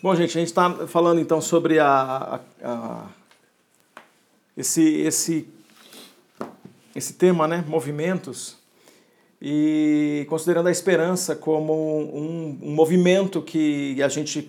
Bom, gente, a gente está falando então sobre esse tema, né? Movimentos, e considerando a esperança como um movimento que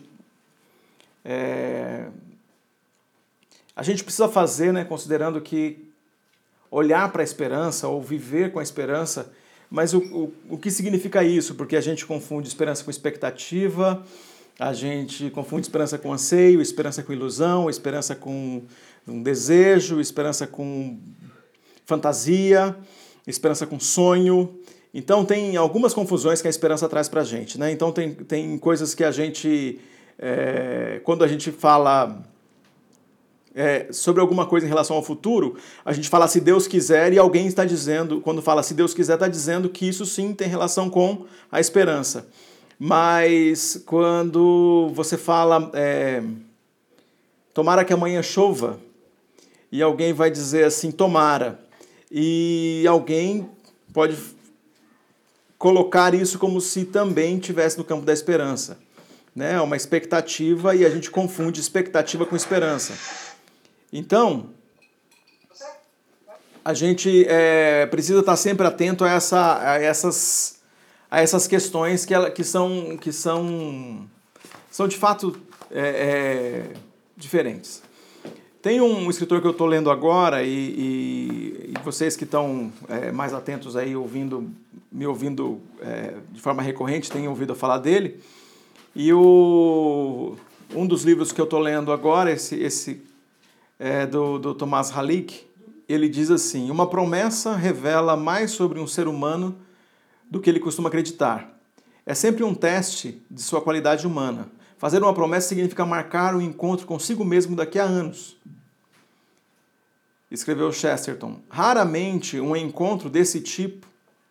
a gente precisa fazer, né? Considerando que olhar para a esperança ou viver com a esperança, mas o que significa isso? Porque a gente confunde esperança com expectativa, a gente confunde esperança com anseio, esperança com ilusão, esperança com um desejo, esperança com fantasia, esperança com sonho. Então tem algumas confusões que a esperança traz pra gente, né? Então tem coisas que a gente, quando a gente fala sobre alguma coisa em relação ao futuro, a gente fala se Deus quiser, e alguém está dizendo, quando fala se Deus quiser, está dizendo que isso sim tem relação com a esperança. Mas quando você fala tomara que amanhã chova, e alguém vai dizer assim, tomara, e alguém pode colocar isso como se também estivesse no campo da esperança, né? Uma expectativa, e a gente confunde expectativa com esperança. Então, a gente precisa estar sempre atento a essas questões que são de fato diferentes. Tem um escritor que eu estou lendo agora, e vocês que estão mais atentos aí, me ouvindo de forma recorrente, têm ouvido falar dele. E um dos livros que eu estou lendo agora, esse do Thomas Halick, ele diz assim: uma promessa revela mais sobre um ser humano do que ele costuma acreditar. É sempre um teste de sua qualidade humana. Fazer uma promessa significa marcar um encontro consigo mesmo daqui a anos. Escreveu Chesterton. Raramente um encontro desse tipo,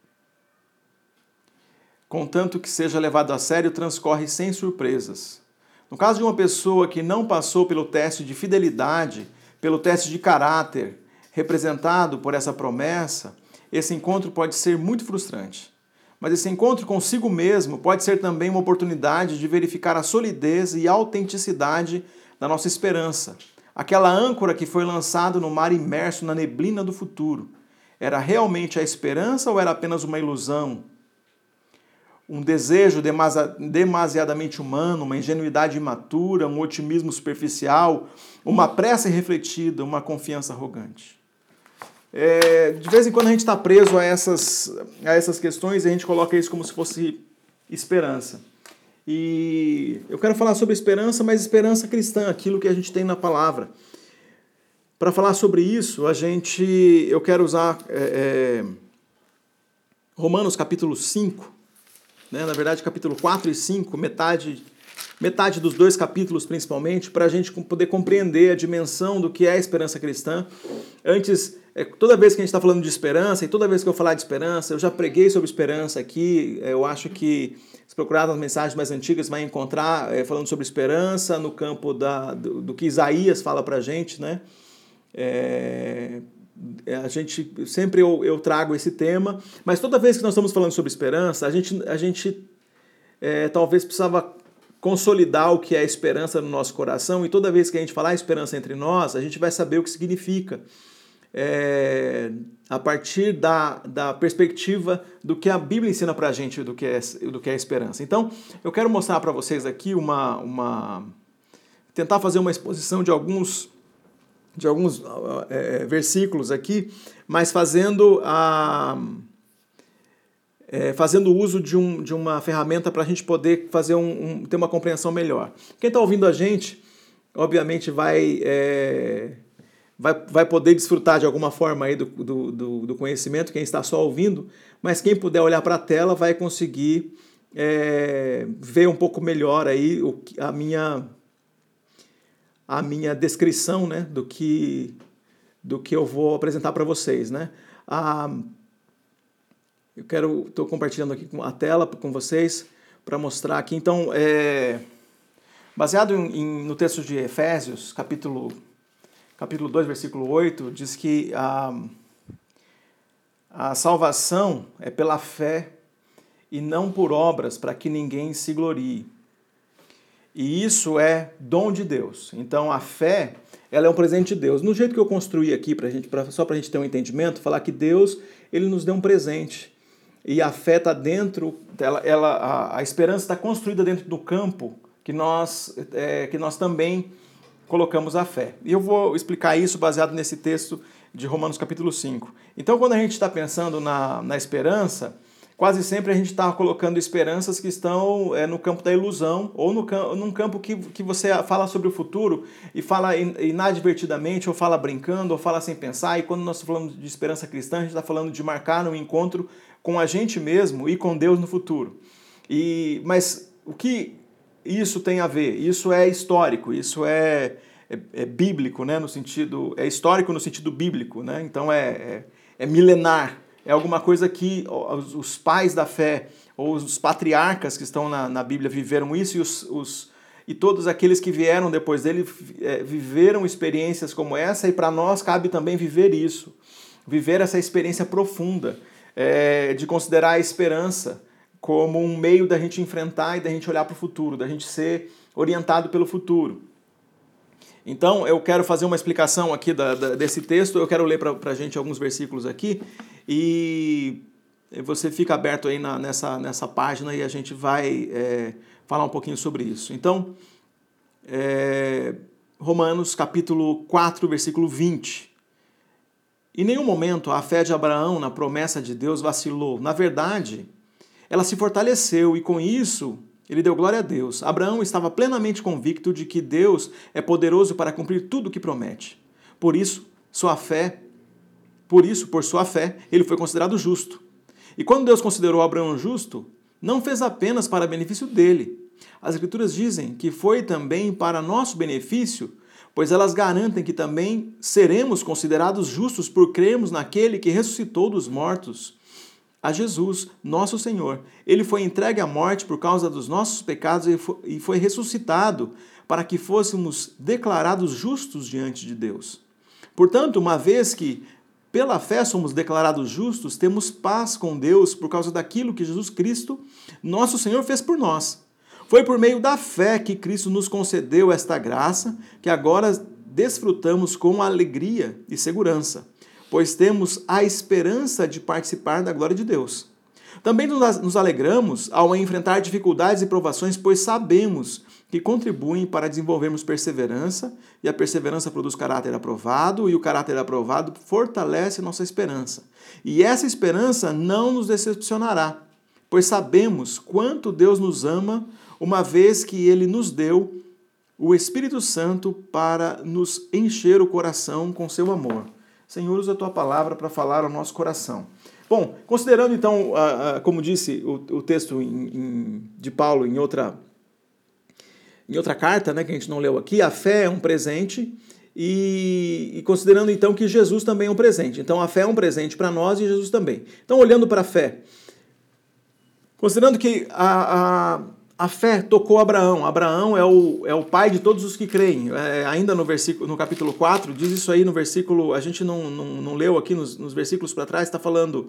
contanto que seja levado a sério, transcorre sem surpresas. No caso de uma pessoa que não passou pelo teste de fidelidade, pelo teste de caráter representado por essa promessa, esse encontro pode ser muito frustrante. Mas esse encontro consigo mesmo pode ser também uma oportunidade de verificar a solidez e a autenticidade da nossa esperança. Aquela âncora que foi lançada no mar imerso na neblina do futuro. Era realmente a esperança ou era apenas uma ilusão? Um desejo demasiadamente humano, uma ingenuidade imatura, um otimismo superficial, uma pressa irrefletida, uma confiança arrogante. De vez em quando a gente está preso a essas questões e a gente coloca isso como se fosse esperança. E eu quero falar sobre esperança, mas esperança cristã, aquilo que a gente tem na palavra. Para falar sobre isso, eu quero usar Romanos capítulo 5, né? Na verdade capítulo 4 e 5, metade dos dois capítulos principalmente, para a gente poder compreender a dimensão do que é a esperança cristã. Antes, toda vez que a gente está falando de esperança, e toda vez que eu falar de esperança, eu já preguei sobre esperança aqui, eu acho que se procurar nas mensagens mais antigas vai encontrar falando sobre esperança no campo do que Isaías fala para a gente, né? A gente sempre eu trago esse tema, mas toda vez que nós estamos falando sobre esperança, a gente talvez precisava consolidar o que é a esperança no nosso coração, e toda vez que a gente falar esperança entre nós, a gente vai saber o que significa. A partir da perspectiva do que a Bíblia ensina pra gente do que é esperança. Então, eu quero mostrar para vocês aqui tentar fazer uma exposição de alguns versículos aqui, mas fazendo uso de uma ferramenta para a gente poder fazer ter uma compreensão melhor. Quem está ouvindo a gente, obviamente vai poder desfrutar de alguma forma aí do conhecimento, quem está só ouvindo, mas quem puder olhar para a tela vai conseguir ver um pouco melhor aí a minha descrição, né, do que eu vou apresentar para vocês, né? Estou compartilhando aqui a tela com vocês para mostrar aqui. Então, baseado no texto de Efésios, capítulo 2, versículo 8, diz que a salvação é pela fé e não por obras, para que ninguém se glorie. E isso é dom de Deus. Então a fé, ela é um presente de Deus. No jeito que eu construí aqui, só para a gente ter um entendimento, falar que Deus, ele nos deu um presente. E a fé está dentro, a esperança está construída dentro do campo que nós também colocamos a fé. E eu vou explicar isso baseado nesse texto de Romanos capítulo 5. Então, quando a gente está pensando na esperança, quase sempre a gente está colocando esperanças que estão no campo da ilusão, ou num campo que você fala sobre o futuro e fala inadvertidamente, ou fala brincando, ou fala sem pensar. E quando nós falamos de esperança cristã, a gente está falando de marcar um encontro com a gente mesmo e com Deus no futuro. Mas o que isso tem a ver? Isso é histórico, isso é bíblico, né? É histórico no sentido bíblico, né? Então é milenar. É alguma coisa que os pais da fé, ou os patriarcas que estão na Bíblia viveram isso, e todos aqueles que vieram depois dele viveram experiências como essa, e para nós cabe também viver isso, viver essa experiência profunda, de considerar a esperança como um meio da gente enfrentar e da gente olhar para o futuro, da gente ser orientado pelo futuro. Então, eu quero fazer uma explicação aqui desse texto, eu quero ler para a gente alguns versículos aqui, e você fica aberto aí nessa página e a gente vai falar um pouquinho sobre isso. Então, Romanos capítulo 4, versículo 20. Em nenhum momento a fé de Abraão na promessa de Deus vacilou. Na verdade, ela se fortaleceu e com isso ele deu glória a Deus. Abraão estava plenamente convicto de que Deus é poderoso para cumprir tudo o que promete. Por sua fé, ele foi considerado justo. E quando Deus considerou Abraão justo, não fez apenas para benefício dele. As Escrituras dizem que foi também para nosso benefício, pois elas garantem que também seremos considerados justos por crermos naquele que ressuscitou dos mortos, a Jesus, nosso Senhor. Ele foi entregue à morte por causa dos nossos pecados e foi ressuscitado para que fôssemos declarados justos diante de Deus. Portanto, uma vez que pela fé somos declarados justos, temos paz com Deus por causa daquilo que Jesus Cristo, nosso Senhor, fez por nós. Foi por meio da fé que Cristo nos concedeu esta graça, que agora desfrutamos com alegria e segurança, pois temos a esperança de participar da glória de Deus. Também nos alegramos ao enfrentar dificuldades e provações, pois sabemos que contribuem para desenvolvermos perseverança, e a perseverança produz caráter aprovado, e o caráter aprovado fortalece nossa esperança. E essa esperança não nos decepcionará, pois sabemos quanto Deus nos ama, uma vez que Ele nos deu o Espírito Santo para nos encher o coração com seu amor. Senhor, usa a Tua palavra para falar ao nosso coração. Bom, considerando então, como disse o texto de Paulo em outra carta, né, que a gente não leu aqui, a fé é um presente e considerando então que Jesus também é um presente. Então a fé é um presente para nós e Jesus também. Então olhando para a fé, considerando que a fé tocou Abraão. Abraão é o pai de todos os que creem. Ainda no capítulo 4, diz isso aí no versículo, a gente não leu aqui nos versículos para trás, está falando,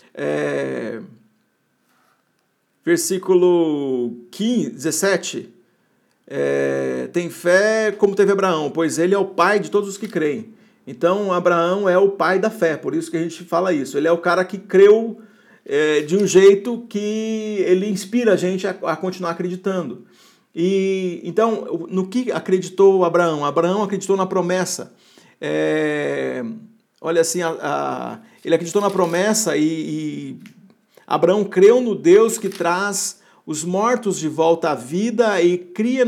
versículo 15, 17, tem fé como teve Abraão, pois ele é o pai de todos os que creem. Então Abraão é o pai da fé, por isso que a gente fala isso. Ele é o cara que creu de um jeito que ele inspira a gente a continuar acreditando. E então, no que acreditou Abraão? Abraão acreditou na promessa. Olha assim, ele acreditou na promessa e Abraão creu no Deus que traz os mortos de volta à vida e cria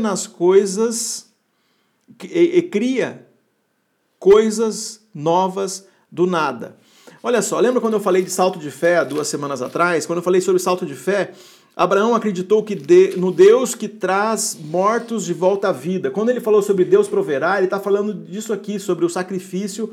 cria coisas novas do nada. Olha só, lembra quando eu falei de salto de fé 2 semanas atrás? Quando eu falei sobre salto de fé, Abraão acreditou no Deus que traz mortos de volta à vida. Quando ele falou sobre Deus proverá, ele está falando disso aqui, sobre o sacrifício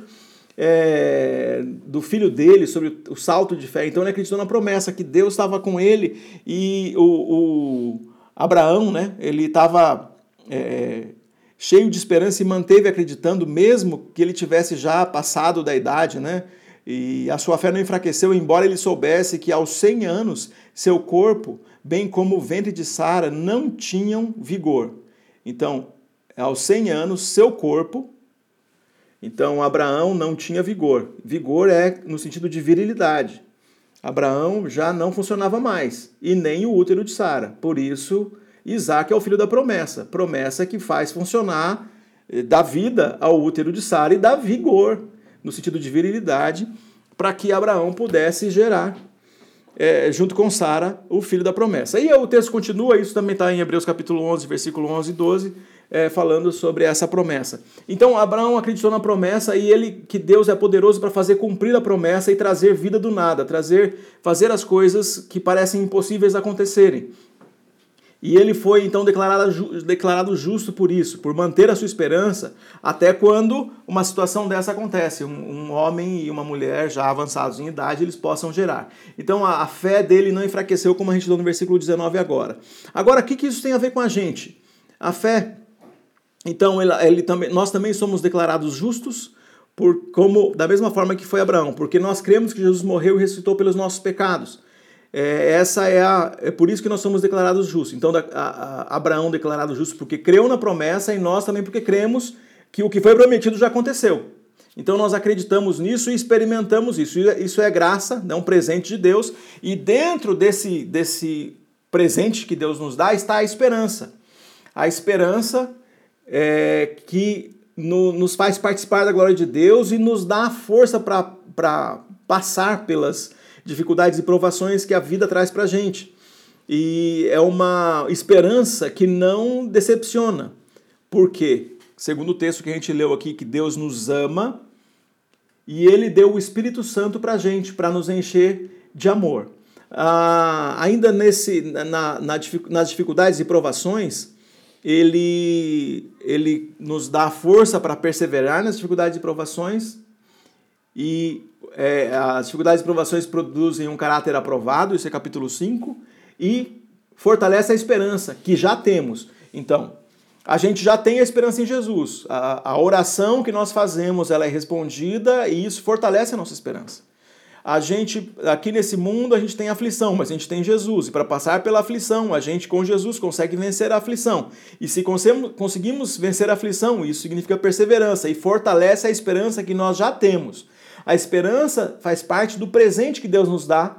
do filho dele, sobre o salto de fé. Então ele acreditou na promessa que Deus estava com ele e o Abraão, né, ele estava cheio de esperança e manteve acreditando, mesmo que ele tivesse já passado da idade, né? E a sua fé não enfraqueceu, embora ele soubesse que aos 100 anos seu corpo, bem como o ventre de Sara, não tinham vigor. Então, aos 100 anos, seu corpo... Então, Abraão não tinha vigor. Vigor é no sentido de virilidade. Abraão já não funcionava mais, e nem o útero de Sara. Por isso, Isaac é o filho da promessa. Promessa que faz funcionar, dá vida ao útero de Sara e dá vigor, no sentido de virilidade, para que Abraão pudesse gerar, junto com Sara, o filho da promessa. E o texto continua, isso também está em Hebreus capítulo 11, versículo 11 e 12, falando sobre essa promessa. Então, Abraão acreditou na promessa e que Deus é poderoso para fazer cumprir a promessa e trazer vida do nada, fazer as coisas que parecem impossíveis acontecerem. E ele foi, então, declarado justo por isso, por manter a sua esperança, até quando uma situação dessa acontece. Um homem e uma mulher já avançados em idade, eles possam gerar. Então, a fé dele não enfraqueceu, como a gente leu no versículo 19 agora. Agora, o que isso tem a ver com a gente? A fé... Então, nós também somos declarados justos, da mesma forma que foi Abraão, porque nós cremos que Jesus morreu e ressuscitou pelos nossos pecados. É por isso que nós somos declarados justos. Então, Abraão declarado justo porque creu na promessa, e nós também porque cremos que o que foi prometido já aconteceu. Então, nós acreditamos nisso e experimentamos isso. Isso é graça, é um presente de Deus, e dentro desse presente que Deus nos dá está a esperança. A esperança que nos faz participar da glória de Deus e nos dá força para passar pelas dificuldades e provações que a vida traz para a gente. E é uma esperança que não decepciona. Por quê? Segundo o texto que a gente leu aqui, que Deus nos ama e Ele deu o Espírito Santo para a gente, para nos encher de amor. Ainda nas dificuldades e provações, Ele nos dá força para perseverar nas dificuldades e provações, e as dificuldades e provações produzem um caráter aprovado, isso é capítulo 5, e fortalece a esperança, que já temos. Então, a gente já tem a esperança em Jesus. A oração que nós fazemos, ela é respondida, e isso fortalece a nossa esperança. Aqui nesse mundo, a gente tem aflição, mas a gente tem Jesus. E para passar pela aflição, a gente com Jesus consegue vencer a aflição. E se conseguimos vencer a aflição, isso significa perseverança e fortalece a esperança que nós já temos. A esperança faz parte do presente que Deus nos dá.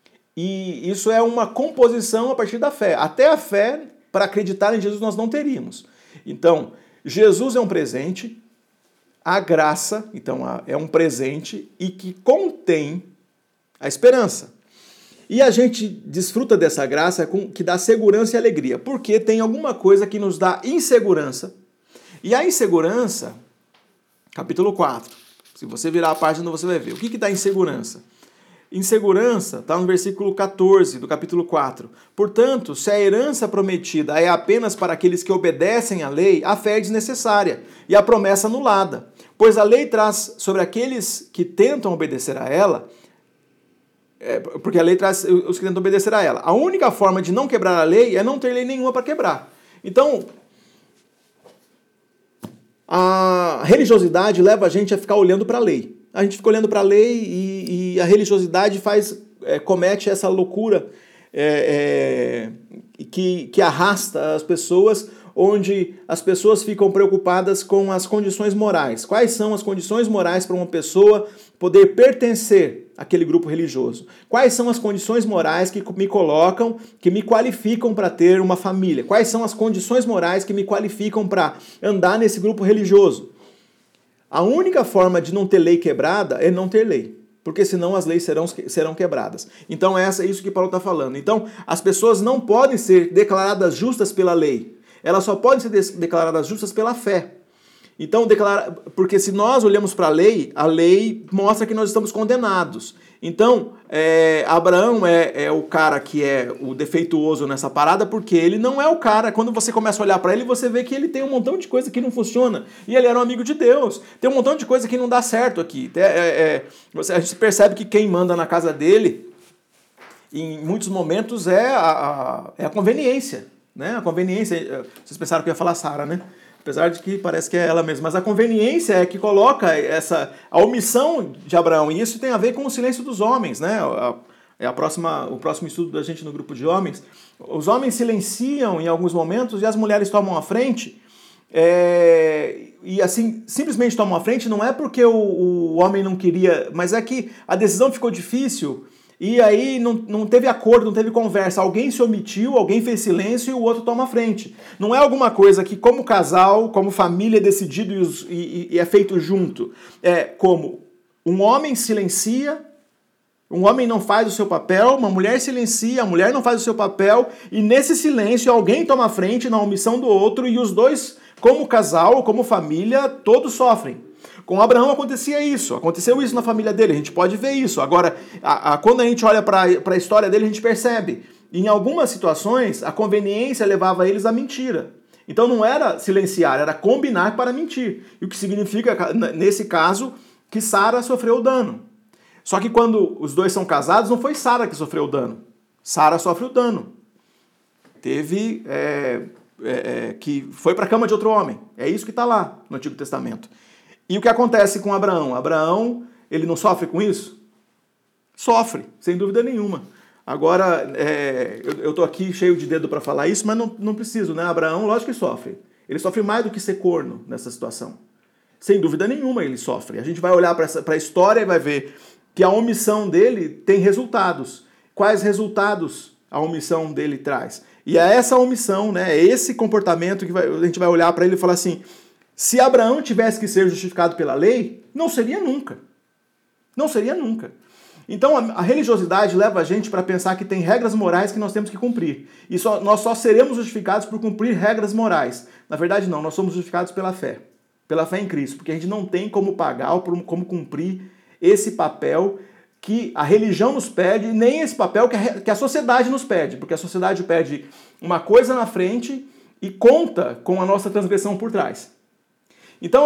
E isso é uma composição a partir da fé. Até a fé, para acreditar em Jesus, nós não teríamos. Então, Jesus é um presente. A graça, então, é um presente e que contém a esperança. E a gente desfruta dessa graça que dá segurança e alegria, porque tem alguma coisa que nos dá insegurança. E a insegurança, capítulo 4, se você virar a página você vai ver. O que dá insegurança? Insegurança está no versículo 14 do capítulo 4. Portanto, se a herança prometida é apenas para aqueles que obedecem à lei, a fé é desnecessária e a promessa anulada. Pois a lei traz sobre aqueles que tentam obedecer a ela, porque a lei traz os que tentam obedecer a ela. A única forma de não quebrar a lei é não ter lei nenhuma para quebrar. Então, a religiosidade leva a gente a ficar olhando para a lei. A gente fica olhando para a lei e a religiosidade comete essa loucura que arrasta as pessoas, onde as pessoas ficam preocupadas com as condições morais. Quais são as condições morais para uma pessoa poder pertencer àquele grupo religioso? Quais são as condições morais que me colocam, que me qualificam para ter uma família? Quais são as condições morais que me qualificam para andar nesse grupo religioso? A única forma de não ter lei quebrada é não ter lei, porque senão as leis serão quebradas. Então é isso que Paulo está falando. Então as pessoas não podem ser declaradas justas pela lei, elas só podem ser declaradas justas pela fé. Então, porque se nós olhamos para a lei mostra que nós estamos condenados. Então, Abraão é o cara que é o defeituoso nessa parada, porque ele não é o cara. Quando você começa a olhar para ele, você vê que ele tem um montão de coisa que não funciona. E ele era um amigo de Deus. Tem um montão de coisa que não dá certo aqui. A gente percebe que quem manda na casa dele, em muitos momentos, é a conveniência. Né? A conveniência. Vocês pensaram que eu ia falar Sara, né? Apesar de que parece que é ela mesma. Mas a conveniência é que coloca a omissão de Abraão. E isso tem a ver com o silêncio dos homens, né? o próximo estudo da gente no grupo de homens. Os homens silenciam em alguns momentos e as mulheres tomam a frente. E assim, simplesmente tomam a frente, não é porque o homem não queria, mas é que a decisão ficou difícil e aí não teve acordo, não teve conversa. Alguém se omitiu, alguém fez silêncio e o outro toma a frente. Não é alguma coisa que, como casal, como família, é decidido e é feito junto. É como um homem silencia, um homem não faz o seu papel, uma mulher silencia, a mulher não faz o seu papel, e nesse silêncio alguém toma a frente na omissão do outro, e os dois, como casal, como família, todos sofrem. Com Abraão aconteceu isso na família dele, a gente pode ver isso. Agora, quando a gente olha para a história dele, a gente percebe, em algumas situações, a conveniência levava eles à mentira. Então não era silenciar, era combinar para mentir. E o que significa, nesse caso, que Sara sofreu o dano. Só que quando os dois são casados, não foi Sara que sofreu o dano. Sara sofre o dano. Teve que foi para a cama de outro homem. É isso que está lá no Antigo Testamento. E o que acontece com Abraão? Abraão, ele não sofre com isso? Sofre, sem dúvida nenhuma. Agora, eu estou aqui cheio de dedo para falar isso, mas não preciso, né? Abraão, lógico que sofre. Ele sofre mais do que ser corno nessa situação. Sem dúvida nenhuma ele sofre. A gente vai olhar para a história e vai ver que a omissão dele tem resultados. Quais resultados a omissão dele traz? E é essa omissão, né, é esse comportamento que a gente vai olhar para ele e falar assim, se Abraão tivesse que ser justificado pela lei, não seria nunca. Não seria nunca. Então a religiosidade leva a gente para pensar que tem regras morais que nós temos que cumprir. E nós só seremos justificados por cumprir regras morais. Na verdade não, nós somos justificados pela fé em Cristo, porque a gente não tem como pagar ou como cumprir esse papel que a religião nos pede, e nem esse papel que a sociedade nos pede, porque a sociedade pede uma coisa na frente e conta com a nossa transgressão por trás. Então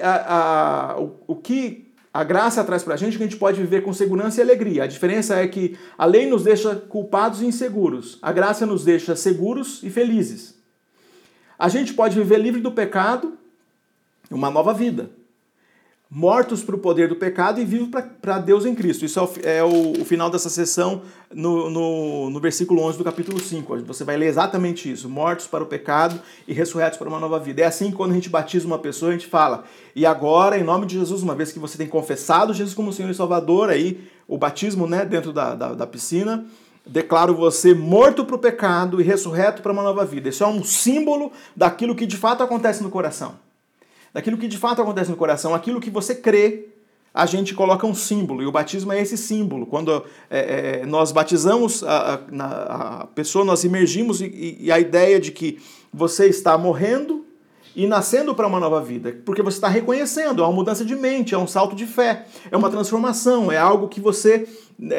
o que a graça traz pra gente é que a gente pode viver com segurança e alegria. A diferença é que a lei nos deixa culpados e inseguros, a graça nos deixa seguros e felizes. A gente pode viver livre do pecado, uma nova vida. Mortos para o poder do pecado e vivos para Deus em Cristo. Isso é o final dessa sessão no versículo 11 do capítulo 5. Você vai ler exatamente isso. Mortos para o pecado e ressurretos para uma nova vida. É assim que quando a gente batiza uma pessoa, a gente fala, e agora, em nome de Jesus, uma vez que você tem confessado Jesus como Senhor e Salvador, aí o batismo, né, dentro da piscina, declaro você morto para o pecado e ressurreto para uma nova vida. Isso é um símbolo daquilo que de fato acontece no coração. Daquilo que de fato acontece no coração, aquilo que você crê, a gente coloca um símbolo, e o batismo é esse símbolo. Quando nós batizamos a pessoa, nós imergimos e a ideia de que você está morrendo e nascendo para uma nova vida, porque você está reconhecendo, é uma mudança de mente, é um salto de fé, é uma transformação, é algo que você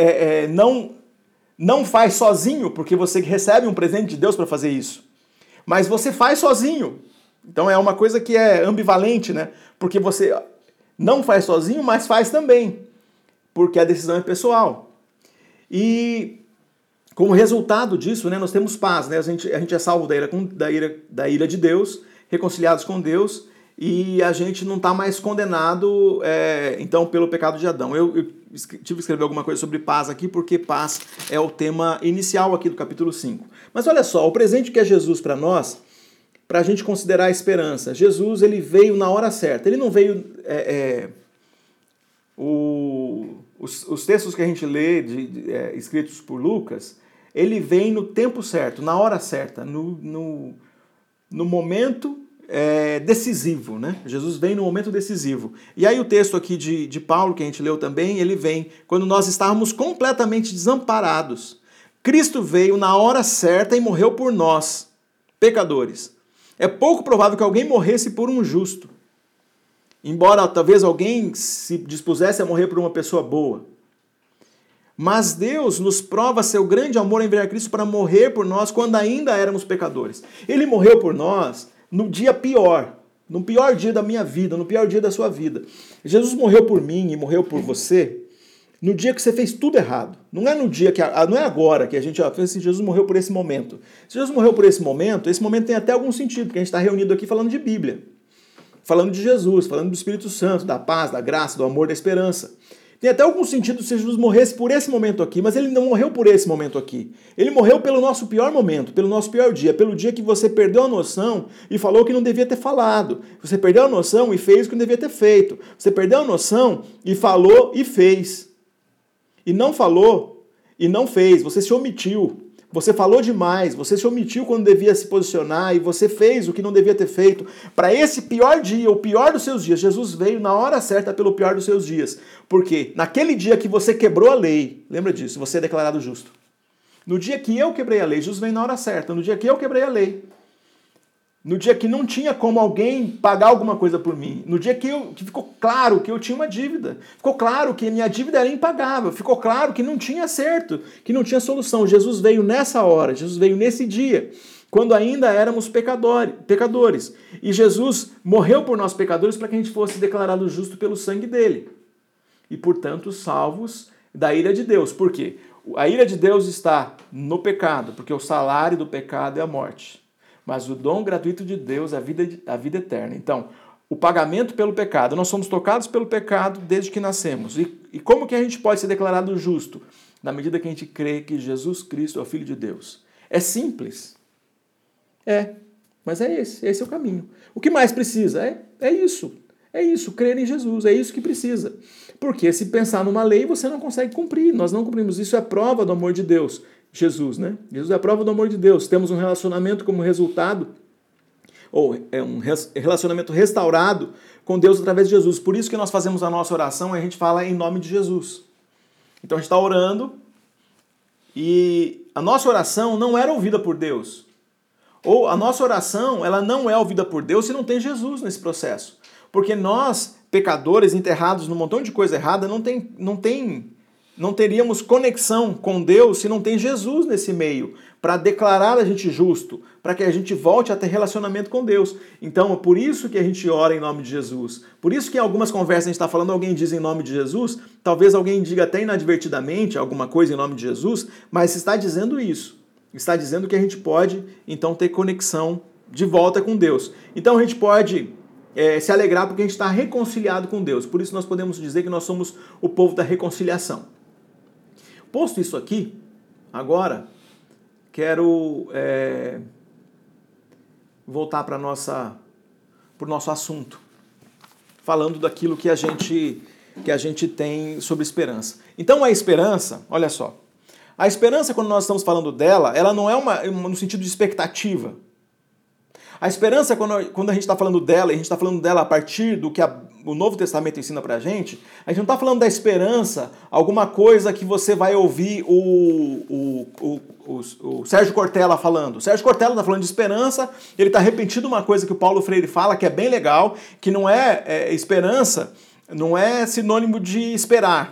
não faz sozinho, porque você recebe um presente de Deus para fazer isso, mas você faz sozinho. Então é uma coisa que é ambivalente, né? Porque você não faz sozinho, mas faz também. Porque a decisão é pessoal. E como resultado disso, né, nós temos paz, né? A gente é salvo da ira de Deus, reconciliados com Deus, e a gente não está mais condenado, então, pelo pecado de Adão. Eu tive que escrever alguma coisa sobre paz aqui, porque paz é o tema inicial aqui do capítulo 5. Mas olha só, o presente que é Jesus para nós, para a gente considerar a esperança. Jesus, ele veio na hora certa. Ele não veio... Os textos que a gente lê, escritos por Lucas, ele vem no tempo certo, na hora certa, no momento decisivo, né? Jesus vem no momento decisivo. E aí o texto aqui de Paulo, que a gente leu também, ele vem quando nós estávamos completamente desamparados. Cristo veio na hora certa e morreu por nós, pecadores. É pouco provável que alguém morresse por um justo. Embora talvez alguém se dispusesse a morrer por uma pessoa boa. Mas Deus nos prova seu grande amor em enviar Cristo para morrer por nós quando ainda éramos pecadores. Ele morreu por nós no dia pior, no pior dia da minha vida, no pior dia da sua vida. Jesus morreu por mim e morreu por você no dia que você fez tudo errado. Não é no dia não é agora que a gente fez assim, Jesus morreu por esse momento. Se Jesus morreu por esse momento tem até algum sentido, porque a gente está reunido aqui falando de Bíblia. Falando de Jesus, falando do Espírito Santo, da paz, da graça, do amor, da esperança. Tem até algum sentido se Jesus morresse por esse momento aqui, mas ele não morreu por esse momento aqui. Ele morreu pelo nosso pior momento, pelo nosso pior dia, pelo dia que você perdeu a noção e falou o que não devia ter falado. Você perdeu a noção e fez o que não devia ter feito. Você perdeu a noção e falou e fez. E não falou e não fez. Você se omitiu. Você falou demais, você se omitiu quando devia se posicionar e você fez o que não devia ter feito. Para esse pior dia, o pior dos seus dias, Jesus veio na hora certa pelo pior dos seus dias. Porque naquele dia que você quebrou a lei, lembra disso, você é declarado justo. No dia que eu quebrei a lei, Jesus veio na hora certa. No dia que eu quebrei a lei, no dia que não tinha como alguém pagar alguma coisa por mim, no dia que ficou claro que eu tinha uma dívida, ficou claro que minha dívida era impagável, ficou claro que não tinha acerto, que não tinha solução. Jesus veio nessa hora, Jesus veio nesse dia, quando ainda éramos pecadores. E Jesus morreu por nós pecadores para que a gente fosse declarado justo pelo sangue dele. E, portanto, salvos da ira de Deus. Por quê? A ira de Deus está no pecado, porque o salário do pecado é a morte. Mas o dom gratuito de Deus é a vida eterna. Então, o pagamento pelo pecado, nós somos tocados pelo pecado desde que nascemos. E como que a gente pode ser declarado justo? Na medida que a gente crê que Jesus Cristo é o Filho de Deus. É simples. Mas esse é o caminho. O que mais precisa? É isso, crer em Jesus, é isso que precisa. Porque se pensar numa lei, você não consegue cumprir, nós não cumprimos. Isso é prova do amor de Deus. Jesus, né? Jesus é a prova do amor de Deus. Temos um relacionamento como resultado, ou é um relacionamento restaurado com Deus através de Jesus. Por isso que nós fazemos a nossa oração e a gente fala em nome de Jesus. Então a gente está orando e a nossa oração não era ouvida por Deus. Ou a nossa oração, ela não é ouvida por Deus se não tem Jesus nesse processo. Porque nós, pecadores, enterrados num montão de coisa errada, não teríamos conexão com Deus se não tem Jesus nesse meio, para declarar a gente justo, para que a gente volte a ter relacionamento com Deus. Então, é por isso que a gente ora em nome de Jesus. Por isso que em algumas conversas a gente está falando, alguém diz em nome de Jesus, talvez alguém diga até inadvertidamente alguma coisa em nome de Jesus, mas está dizendo isso. Está dizendo que a gente pode, então, ter conexão de volta com Deus. Então, a gente pode se alegrar porque a gente está reconciliado com Deus. Por isso nós podemos dizer que nós somos o povo da reconciliação. Posto isso aqui, agora quero voltar para o nosso assunto, falando daquilo que a gente tem sobre esperança. Então a esperança, olha só, a esperança, quando nós estamos falando dela, ela não é no sentido de expectativa. A esperança, quando a gente está falando dela, e a gente está falando dela a partir do que o Novo Testamento ensina pra gente não está falando da esperança, alguma coisa que você vai ouvir o Sérgio Cortella falando. O Sérgio Cortella está falando de esperança, ele está repetindo uma coisa que o Paulo Freire fala, que é bem legal, que não esperança, não é sinônimo de esperar.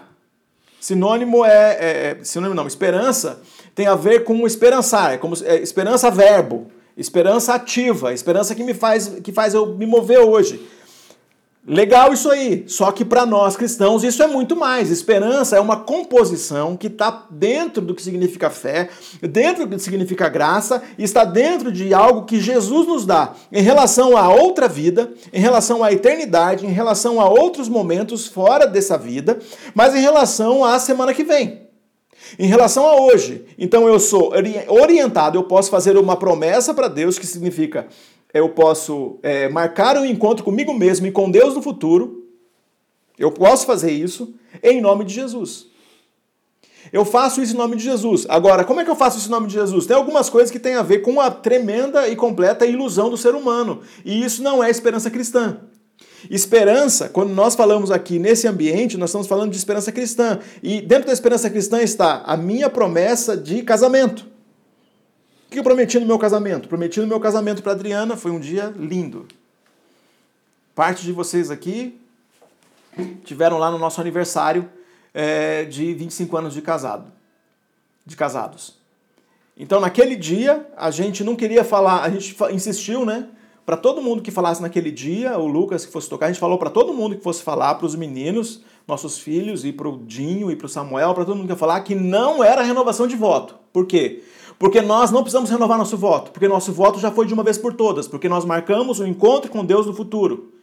Esperança tem a ver com esperançar, é como esperança verbo. Esperança ativa, esperança que faz eu me mover hoje. Legal isso aí, só que para nós cristãos isso é muito mais. Esperança é uma composição que está dentro do que significa fé, dentro do que significa graça, e está dentro de algo que Jesus nos dá em relação a outra vida, em relação à eternidade, em relação a outros momentos fora dessa vida, mas em relação à semana que vem. Em relação a hoje, então eu sou orientado, eu posso fazer uma promessa para Deus, que significa eu posso marcar um encontro comigo mesmo e com Deus no futuro. Eu posso fazer isso em nome de Jesus. Eu faço isso em nome de Jesus. Agora, como é que eu faço isso em nome de Jesus? Tem algumas coisas que têm a ver com a tremenda e completa ilusão do ser humano. E isso não é esperança cristã. Esperança, quando nós falamos aqui nesse ambiente, nós estamos falando de esperança cristã. E dentro da esperança cristã está a minha promessa de casamento. O que eu prometi no meu casamento? Prometi no meu casamento para Adriana, foi um dia lindo. Parte de vocês aqui tiveram lá no nosso aniversário de 25 anos de casados. Então, naquele dia, a gente não queria falar, a gente insistiu, né? Para todo mundo que falasse naquele dia, o Lucas que fosse tocar, a gente falou para todo mundo que fosse falar, para os meninos, nossos filhos, e para o Dinho, e para o Samuel, para todo mundo que ia falar, que não era renovação de voto. Por quê? Porque nós não precisamos renovar nosso voto, porque nosso voto já foi de uma vez por todas, porque nós marcamos um encontro com Deus no futuro.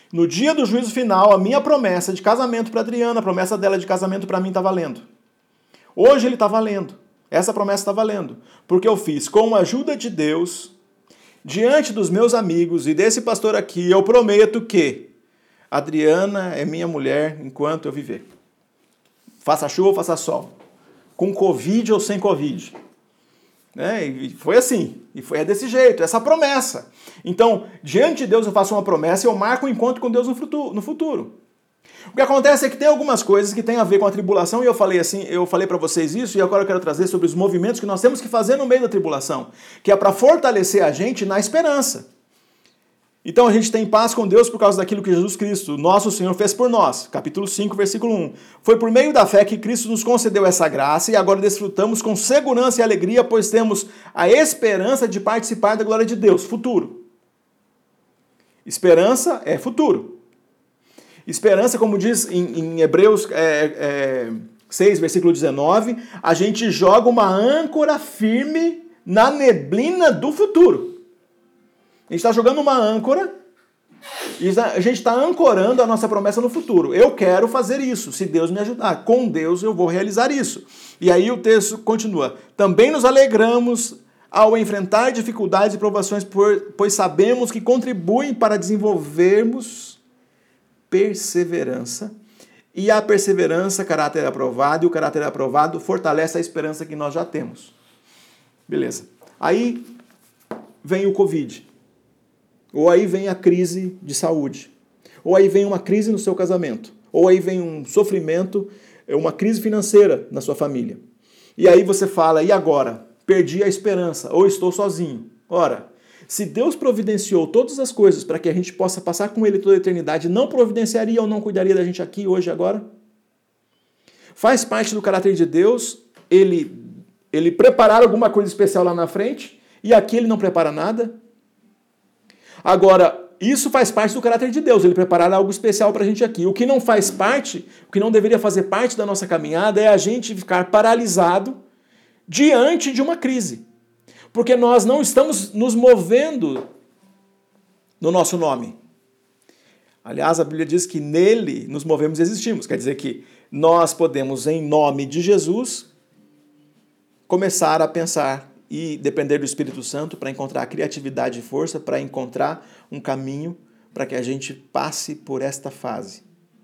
No dia do juízo final, a minha promessa de casamento para Adriana, a promessa dela de casamento para mim está valendo. Hoje ele está valendo. Essa promessa está valendo. Porque eu fiz com a ajuda de Deus, diante dos meus amigos e desse pastor aqui, eu prometo que Adriana é minha mulher enquanto eu viver. Faça chuva ou faça sol. Com Covid ou sem Covid. E foi assim. É desse jeito, essa promessa. Então, diante de Deus eu faço uma promessa e eu marco um encontro com Deus no futuro. O que acontece é que tem algumas coisas que têm a ver com a tribulação, e eu falei para vocês isso, e agora eu quero trazer sobre os movimentos que nós temos que fazer no meio da tribulação, que é para fortalecer a gente na esperança. Então a gente tem paz com Deus por causa daquilo que Jesus Cristo, nosso Senhor, fez por nós. Capítulo 5, versículo 1. Foi por meio da fé que Cristo nos concedeu essa graça e agora desfrutamos com segurança e alegria, pois temos a esperança de participar da glória de Deus. Futuro. Esperança é futuro. Esperança, como diz em Hebreus 6, versículo 19, a gente joga uma âncora firme na neblina do futuro. A gente está jogando uma âncora e a gente está ancorando a nossa promessa no futuro. Eu quero fazer isso, se Deus me ajudar. Com Deus eu vou realizar isso. E aí o texto continua. Também nos alegramos ao enfrentar dificuldades e provações, pois sabemos que contribuem para desenvolvermos perseverança. E a perseverança, caráter aprovado, e o caráter aprovado fortalece a esperança que nós já temos. Beleza. Aí vem o Covid. Ou aí vem a crise de saúde. Ou aí vem uma crise no seu casamento. Ou aí vem um sofrimento, uma crise financeira na sua família. E aí você fala, e agora? Perdi a esperança, ou estou sozinho. Ora, se Deus providenciou todas as coisas para que a gente possa passar com Ele toda a eternidade, não providenciaria ou não cuidaria da gente aqui, hoje, agora? Faz parte do caráter de Deus ele preparar alguma coisa especial lá na frente, e aqui Ele não prepara nada? Agora, isso faz parte do caráter de Deus, Ele preparar algo especial para a gente aqui. O que não faz parte, o que não deveria fazer parte da nossa caminhada é a gente ficar paralisado diante de uma crise. Porque nós não estamos nos movendo no nosso nome. Aliás, a Bíblia diz que nele nos movemos e existimos. Quer dizer que nós podemos, em nome de Jesus, começar a pensar e depender do Espírito Santo para encontrar criatividade e força, para encontrar um caminho para que a gente passe por esta fase.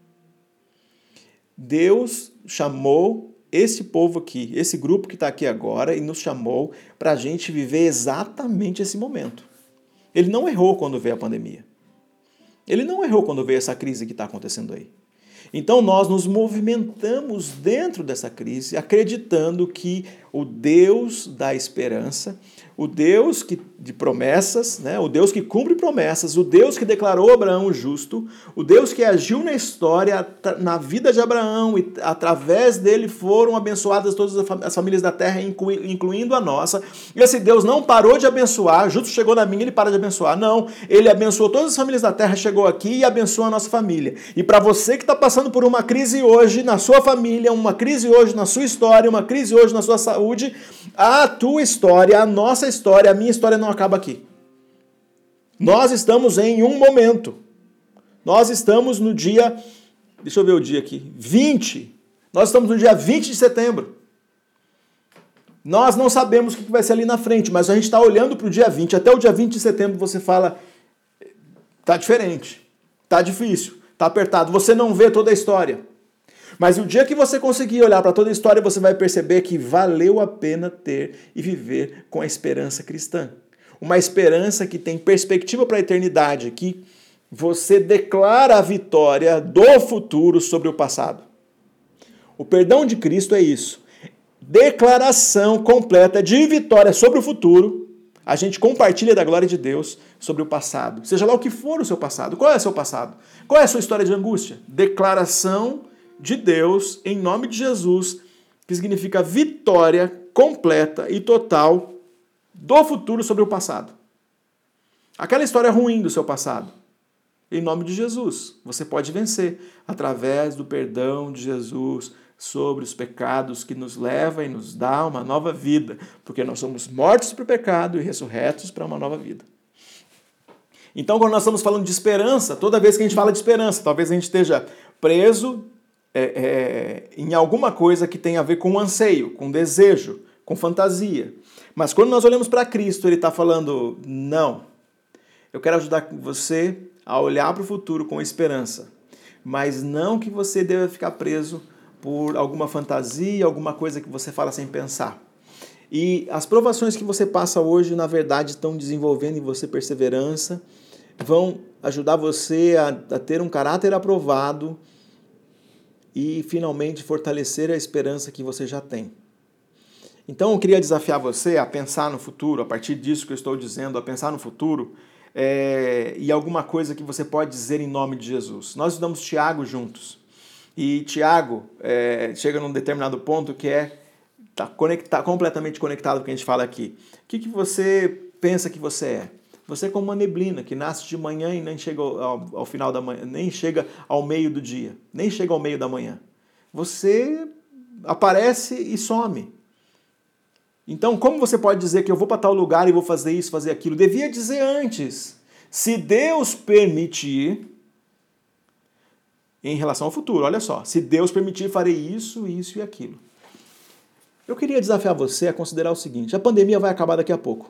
Deus chamou esse povo aqui, esse grupo que está aqui agora, e nos chamou para a gente viver exatamente esse momento. Ele não errou quando veio a pandemia. Ele não errou quando veio essa crise que está acontecendo aí. Então nós nos movimentamos dentro dessa crise, acreditando que o Deus da esperança, o Deus de promessas, o Deus que cumpre promessas, o Deus que declarou Abraão justo, o Deus que agiu na história, na vida de Abraão, e através dele foram abençoadas todas as famílias da terra, incluindo a nossa. E esse Deus não parou de abençoar, justo chegou na minha, ele para de abençoar. Não, ele abençoou todas as famílias da terra, chegou aqui e abençoa a nossa família. E para você que está passando por uma crise hoje na sua família, uma crise hoje na sua história, uma crise hoje na sua saúde, a tua história, a nossa história, a minha história não acaba aqui. Nós estamos em um momento. Nós estamos no dia, deixa eu ver o dia aqui, 20. Nós estamos no dia 20 de setembro. Nós não sabemos o que vai ser ali na frente, mas a gente está olhando para o dia 20. Até o dia 20 de setembro você fala, tá diferente, tá difícil, tá apertado. Você não vê toda a história. Mas o dia que você conseguir olhar para toda a história, você vai perceber que valeu a pena ter e viver com a esperança cristã. Uma esperança que tem perspectiva para a eternidade, que você declara a vitória do futuro sobre o passado. O perdão de Cristo é isso. Declaração completa de vitória sobre o futuro. A gente compartilha da glória de Deus sobre o passado. Seja lá o que for o seu passado. Qual é o seu passado? Qual é a sua história de angústia? Declaração de Deus, em nome de Jesus, que significa vitória completa e total do futuro sobre o passado. Aquela história ruim do seu passado, em nome de Jesus, você pode vencer através do perdão de Jesus sobre os pecados que nos leva e nos dá uma nova vida, porque nós somos mortos para o pecado e ressurretos para uma nova vida. Então, quando nós estamos falando de esperança, toda vez que a gente fala de esperança, talvez a gente esteja preso em alguma coisa que tem a ver com anseio, com desejo, com fantasia. Mas quando nós olhamos para Cristo, ele está falando, não, eu quero ajudar você a olhar para o futuro com esperança, mas não que você deva ficar preso por alguma fantasia, alguma coisa que você fala sem pensar. E as provações que você passa hoje, na verdade, estão desenvolvendo em você perseverança, vão ajudar você a ter um caráter aprovado e, finalmente, fortalecer a esperança que você já tem. Então, eu queria desafiar você a pensar no futuro, a partir disso que eu estou dizendo, a pensar no futuro, e alguma coisa que você pode dizer em nome de Jesus. Nós estudamos Tiago juntos, e Tiago chega num determinado ponto que está completamente conectado com o que a gente fala aqui. O que você pensa que você é? Você é como uma neblina que nasce de manhã e nem chega ao final da manhã, nem chega ao meio do dia, nem chega ao meio da manhã. Você aparece e some. Então, como você pode dizer que eu vou para tal lugar e vou fazer isso, fazer aquilo? Devia dizer antes. Se Deus permitir, em relação ao futuro, olha só, se Deus permitir, farei isso, isso e aquilo. Eu queria desafiar você a considerar o seguinte, a pandemia vai acabar daqui a pouco.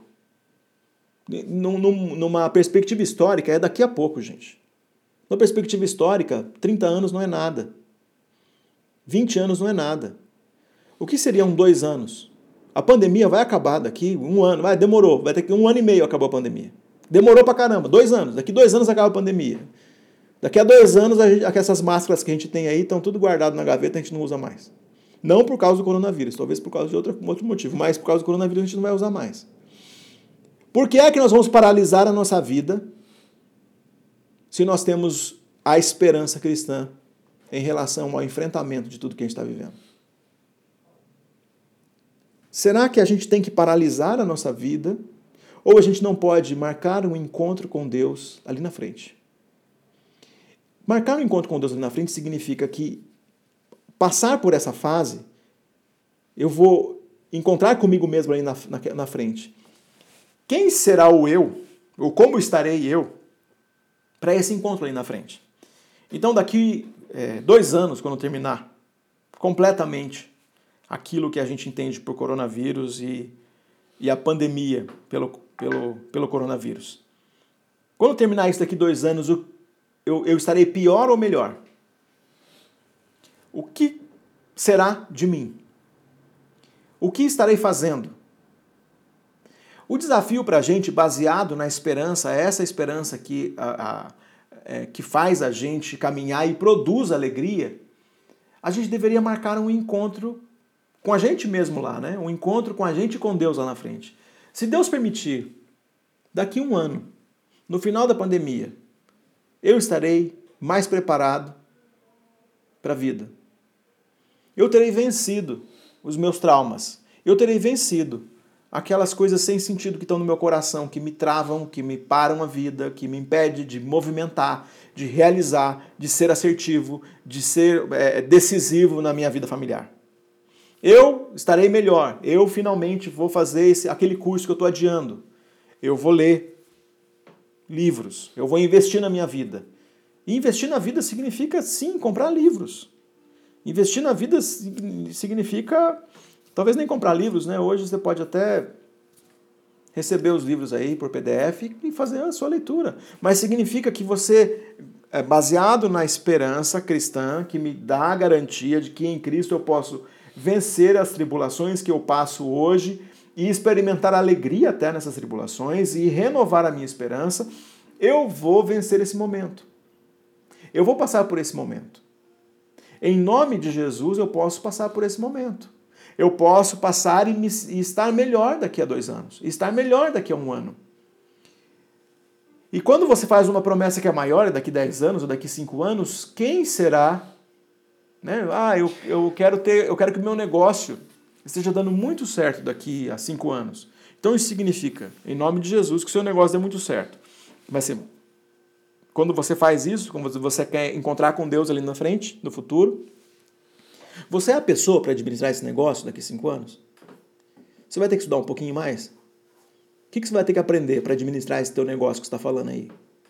Numa perspectiva histórica, é daqui a pouco, gente. Numa perspectiva histórica, 30 anos não é nada. 20 anos não é nada. O que seriam 2 anos? A pandemia vai acabar daqui 1 ano, demorou, vai ter que 1 ano e meio acabou a pandemia. Demorou pra caramba, 2 anos, daqui 2 anos acaba a pandemia. Daqui a 2 anos, essas máscaras que a gente tem aí estão tudo guardado na gaveta, a gente não usa mais. Não por causa do coronavírus, talvez por causa de outro motivo, mas por causa do coronavírus a gente não vai usar mais. Por que é que nós vamos paralisar a nossa vida se nós temos a esperança cristã em relação ao enfrentamento de tudo que a gente está vivendo? Será que a gente tem que paralisar a nossa vida ou a gente não pode marcar um encontro com Deus ali na frente? Marcar um encontro com Deus ali na frente significa que passar por essa fase, eu vou encontrar comigo mesmo ali na frente. Quem será o eu, ou como estarei eu, para esse encontro ali na frente? Então, daqui 2 anos, quando terminar completamente aquilo que a gente entende por coronavírus e a pandemia pelo coronavírus. Quando terminar isso daqui 2 anos, eu estarei pior ou melhor? O que será de mim? O que estarei fazendo? O desafio para a gente, baseado na esperança, essa esperança que faz a gente caminhar e produz alegria, a gente deveria marcar um encontro com a gente mesmo lá, né? Um encontro com a gente e com Deus lá na frente. Se Deus permitir, daqui 1 ano, no final da pandemia, eu estarei mais preparado para a vida. Eu terei vencido os meus traumas. Eu terei vencido aquelas coisas sem sentido que estão no meu coração, que me travam, que me param a vida, que me impedem de movimentar, de realizar, de ser assertivo, de ser decisivo na minha vida familiar. Eu estarei melhor. Eu finalmente vou fazer aquele curso que eu estou adiando. Eu vou ler livros. Eu vou investir na minha vida. E investir na vida significa, sim, comprar livros. Investir na vida significa, talvez nem comprar livros, né? Hoje você pode até receber os livros aí por PDF e fazer a sua leitura. Mas significa que você, baseado na esperança cristã, que me dá a garantia de que em Cristo eu posso vencer as tribulações que eu passo hoje e experimentar alegria até nessas tribulações e renovar a minha esperança, eu vou vencer esse momento. Eu vou passar por esse momento. Em nome de Jesus, eu posso passar por esse momento. Eu posso passar e estar melhor daqui a 2 anos. Estar melhor daqui a 1 ano. E quando você faz uma promessa que é maior, daqui 10 anos ou daqui 5 anos, quem será? Né? Eu quero que o meu negócio esteja dando muito certo daqui a 5 anos. Então isso significa, em nome de Jesus, que o seu negócio dê muito certo. Vai ser... Quando você faz isso, quando você quer encontrar com Deus ali na frente, no futuro, você é a pessoa para administrar esse negócio daqui a 5 anos? Você vai ter que estudar um pouquinho mais? O que você vai ter que aprender para administrar esse teu negócio que você está falando aí?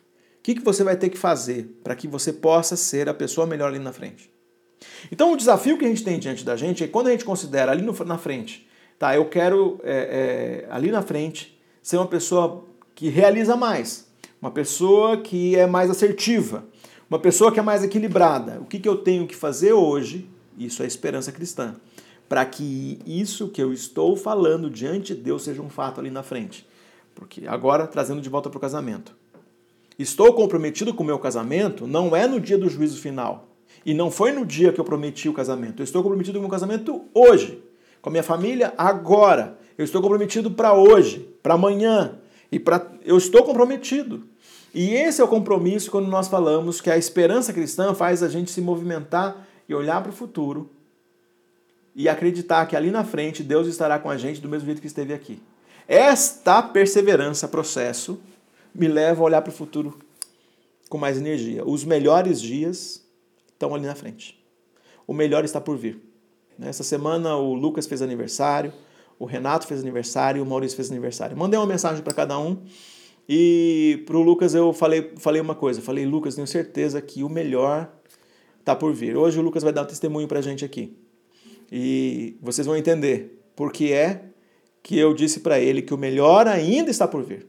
que você vai ter que fazer para que você possa ser a pessoa melhor ali na frente? Então o desafio que a gente tem diante da gente é quando a gente considera ali na frente, tá, eu quero ali na frente ser uma pessoa que realiza mais, uma pessoa que é mais assertiva, uma pessoa que é mais equilibrada. O que eu tenho que fazer hoje, isso é esperança cristã, para que isso que eu estou falando diante de Deus seja um fato ali na frente. Porque agora, trazendo de volta para o casamento. Estou comprometido com o meu casamento, não é no dia do juízo final. E não foi no dia que eu prometi o casamento. Eu estou comprometido com o meu casamento hoje. Com a minha família agora. Eu estou comprometido para hoje, para amanhã. Eu estou comprometido. E esse é o compromisso quando nós falamos que a esperança cristã faz a gente se movimentar e olhar para o futuro e acreditar que ali na frente Deus estará com a gente do mesmo jeito que esteve aqui. Esta perseverança, processo, me leva a olhar para o futuro com mais energia. Os melhores dias estão ali na frente. O melhor está por vir. Essa semana o Lucas fez aniversário, o Renato fez aniversário, o Maurício fez aniversário. Mandei uma mensagem para cada um e para o Lucas eu falei uma coisa. Falei, Lucas, tenho certeza que o melhor está por vir. Hoje o Lucas vai dar um testemunho para a gente aqui. E vocês vão entender por que é que eu disse para ele que o melhor ainda está por vir.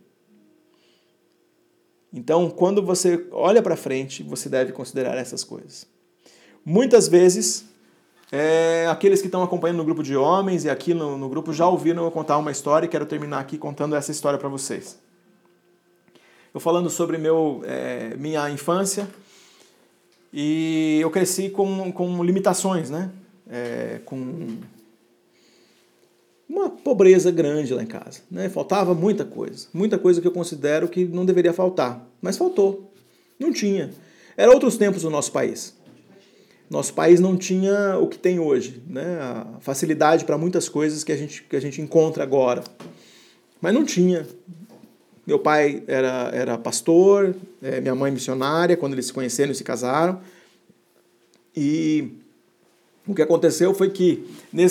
Então, quando você olha para frente, você deve considerar essas coisas. Muitas vezes, aqueles que estão acompanhando no grupo de homens e aqui no grupo já ouviram eu contar uma história e quero terminar aqui contando essa história para vocês. Eu falando sobre minha infância e eu cresci com limitações, né? Com uma pobreza grande lá em casa, né? Faltava muita coisa que eu considero que não deveria faltar, mas faltou, não tinha. Eram outros tempos no nosso país. Nosso país não tinha o que tem hoje, né? A facilidade para muitas coisas que a gente encontra agora, mas não tinha. Meu pai era pastor, minha mãe missionária, quando eles se conheceram e se casaram, e o que aconteceu foi que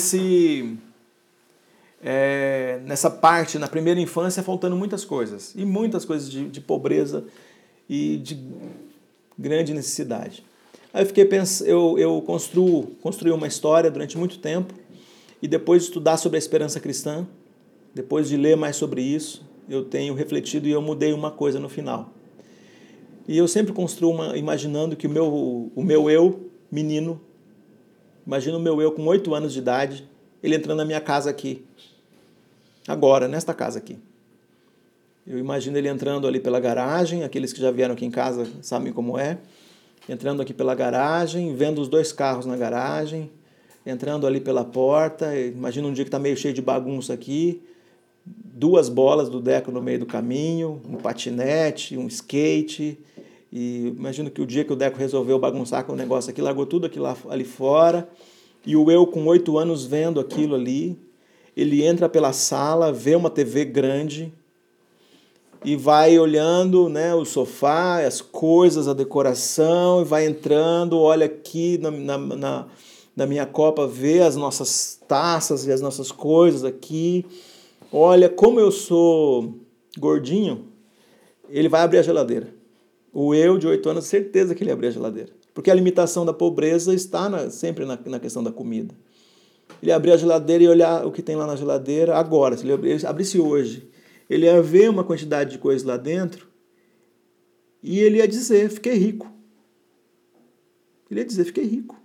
nessa parte, na primeira infância, faltando muitas coisas. E muitas coisas de pobreza e de grande necessidade. Aí eu fiquei pensando, eu construí uma história durante muito tempo e depois de estudar sobre a esperança cristã, depois de ler mais sobre isso, eu tenho refletido e eu mudei uma coisa no final. E eu sempre construo imaginando que o meu eu, menino, imagina o meu eu com 8 anos de idade, ele entrando na minha casa aqui. Agora, nesta casa aqui. Eu imagino ele entrando ali pela garagem, aqueles que já vieram aqui em casa sabem como é. Entrando aqui pela garagem, vendo os 2 carros na garagem, entrando ali pela porta. Imagina um dia que está meio cheio de bagunça aqui. 2 bolas do Deco no meio do caminho, um patinete, um skate. E imagino que o dia que o Deco resolveu bagunçar com o negócio aqui, largou tudo aquilo ali fora. E o eu com 8 anos vendo aquilo ali. Ele entra pela sala, vê uma TV grande e vai olhando, né, o sofá, as coisas, a decoração, e vai entrando, olha aqui na minha copa, vê as nossas taças e as nossas coisas aqui. Olha, como eu sou gordinho, ele vai abrir a geladeira. O eu de 8 anos, certeza que ele ia abrir a geladeira. Porque a limitação da pobreza está sempre na questão da comida. Ele ia abrir a geladeira e olhar o que tem lá na geladeira agora. Se ele abrisse hoje, ele ia ver uma quantidade de coisas lá dentro e ele ia dizer, fiquei rico. Ele ia dizer, fiquei rico.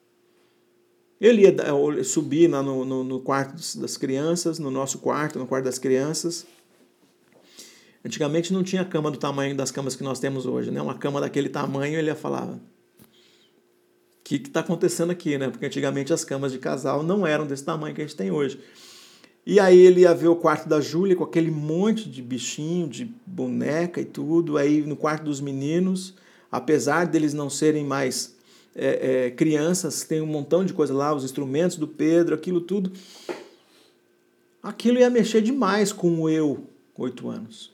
Ele ia subir no quarto das crianças, no nosso quarto, no quarto das crianças. Antigamente não tinha cama do tamanho das camas que nós temos hoje, né? Uma cama daquele tamanho, ele ia falar, o que está acontecendo aqui, né? Porque antigamente as camas de casal não eram desse tamanho que a gente tem hoje. E aí ele ia ver o quarto da Júlia com aquele monte de bichinho, de boneca e tudo. Aí no quarto dos meninos, apesar deles não serem mais crianças, tem um montão de coisa lá, os instrumentos do Pedro, aquilo tudo. Aquilo ia mexer demais com o eu com 8 anos.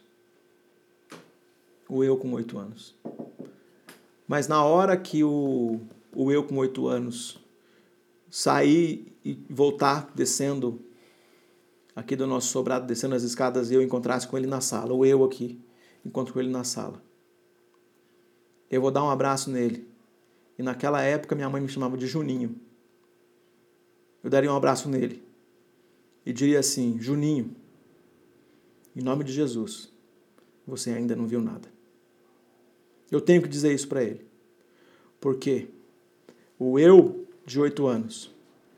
O eu com 8 anos. Mas na hora que o eu com 8 anos sair e voltar descendo aqui do nosso sobrado, descendo as escadas, e eu encontrasse com ele na sala, o eu aqui, encontro com ele na sala. eu vou dar um abraço nele. E naquela época minha mãe me chamava de Juninho. Eu daria um abraço nele e diria assim: Juninho, em nome de Jesus, você ainda não viu nada. Eu tenho que dizer isso para ele. Porque o eu de 8 anos,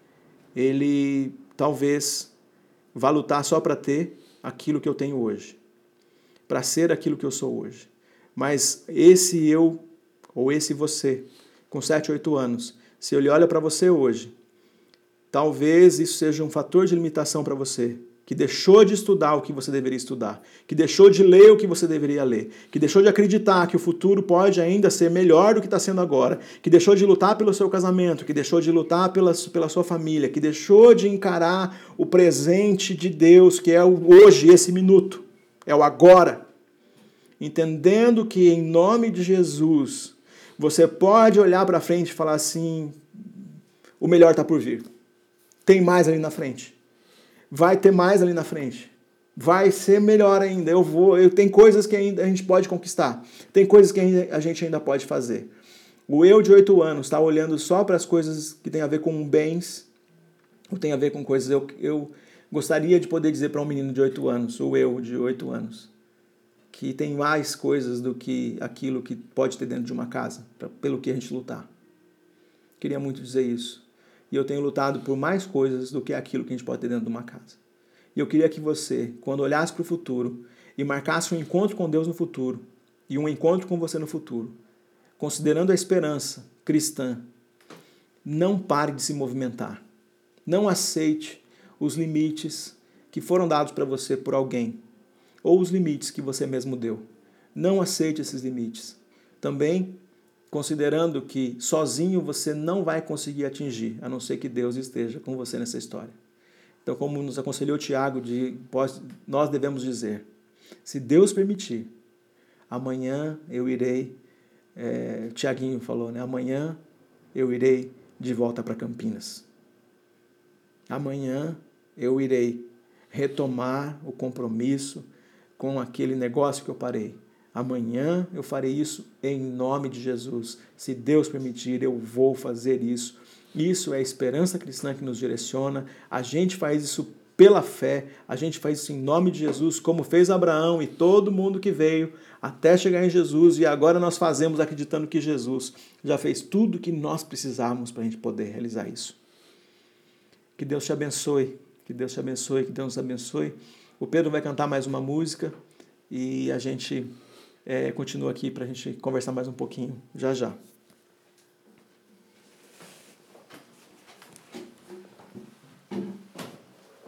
ele talvez vá lutar só para ter aquilo que eu tenho hoje. Para ser aquilo que eu sou hoje. Mas esse eu, ou esse você, com 7, 8 anos, se ele olha para você hoje, talvez isso seja um fator de limitação para você, que deixou de estudar o que você deveria estudar, que deixou de ler o que você deveria ler, que deixou de acreditar que o futuro pode ainda ser melhor do que está sendo agora, que deixou de lutar pelo seu casamento, que deixou de lutar pela sua família, que deixou de encarar o presente de Deus, que é o hoje, esse minuto, é o agora. Entendendo que em nome de Jesus, você pode olhar para frente e falar assim, o melhor está por vir. Tem mais ali na frente. Vai ter mais ali na frente. Vai ser melhor ainda. Tem coisas que ainda a gente pode conquistar. Tem coisas que a gente ainda pode fazer. O eu de 8 anos está olhando só para as coisas que tem a ver com bens, ou tem a ver com coisas. Eu gostaria de poder dizer para um menino de 8 anos, o eu de 8 anos, que tem mais coisas do que aquilo que pode ter dentro de uma casa, pelo que a gente lutar. Queria muito dizer isso. E eu tenho lutado por mais coisas do que aquilo que a gente pode ter dentro de uma casa. E eu queria que você, quando olhasse para o futuro e marcasse um encontro com Deus no futuro e um encontro com você no futuro, considerando a esperança cristã, não pare de se movimentar. Não aceite os limites que foram dados para você por alguém ou os limites que você mesmo deu. Não aceite esses limites. Também considerando que sozinho você não vai conseguir atingir, a não ser que Deus esteja com você nessa história. Então, como nos aconselhou Tiago, nós devemos dizer, se Deus permitir, amanhã eu irei, Tiaguinho falou, né? Amanhã eu irei de volta para Campinas. Amanhã eu irei retomar o compromisso com aquele negócio que eu parei. Amanhã eu farei isso em nome de Jesus. Se Deus permitir, eu vou fazer isso. Isso é a esperança cristã que nos direciona. A gente faz isso pela fé. A gente faz isso em nome de Jesus, como fez Abraão e todo mundo que veio até chegar em Jesus. E agora nós fazemos acreditando que Jesus já fez tudo o que nós precisávamos para a gente poder realizar isso. Que Deus te abençoe. Que Deus te abençoe. Que Deus nos abençoe. O Pedro vai cantar mais uma música e a gente continua aqui para a gente conversar mais um pouquinho, já já.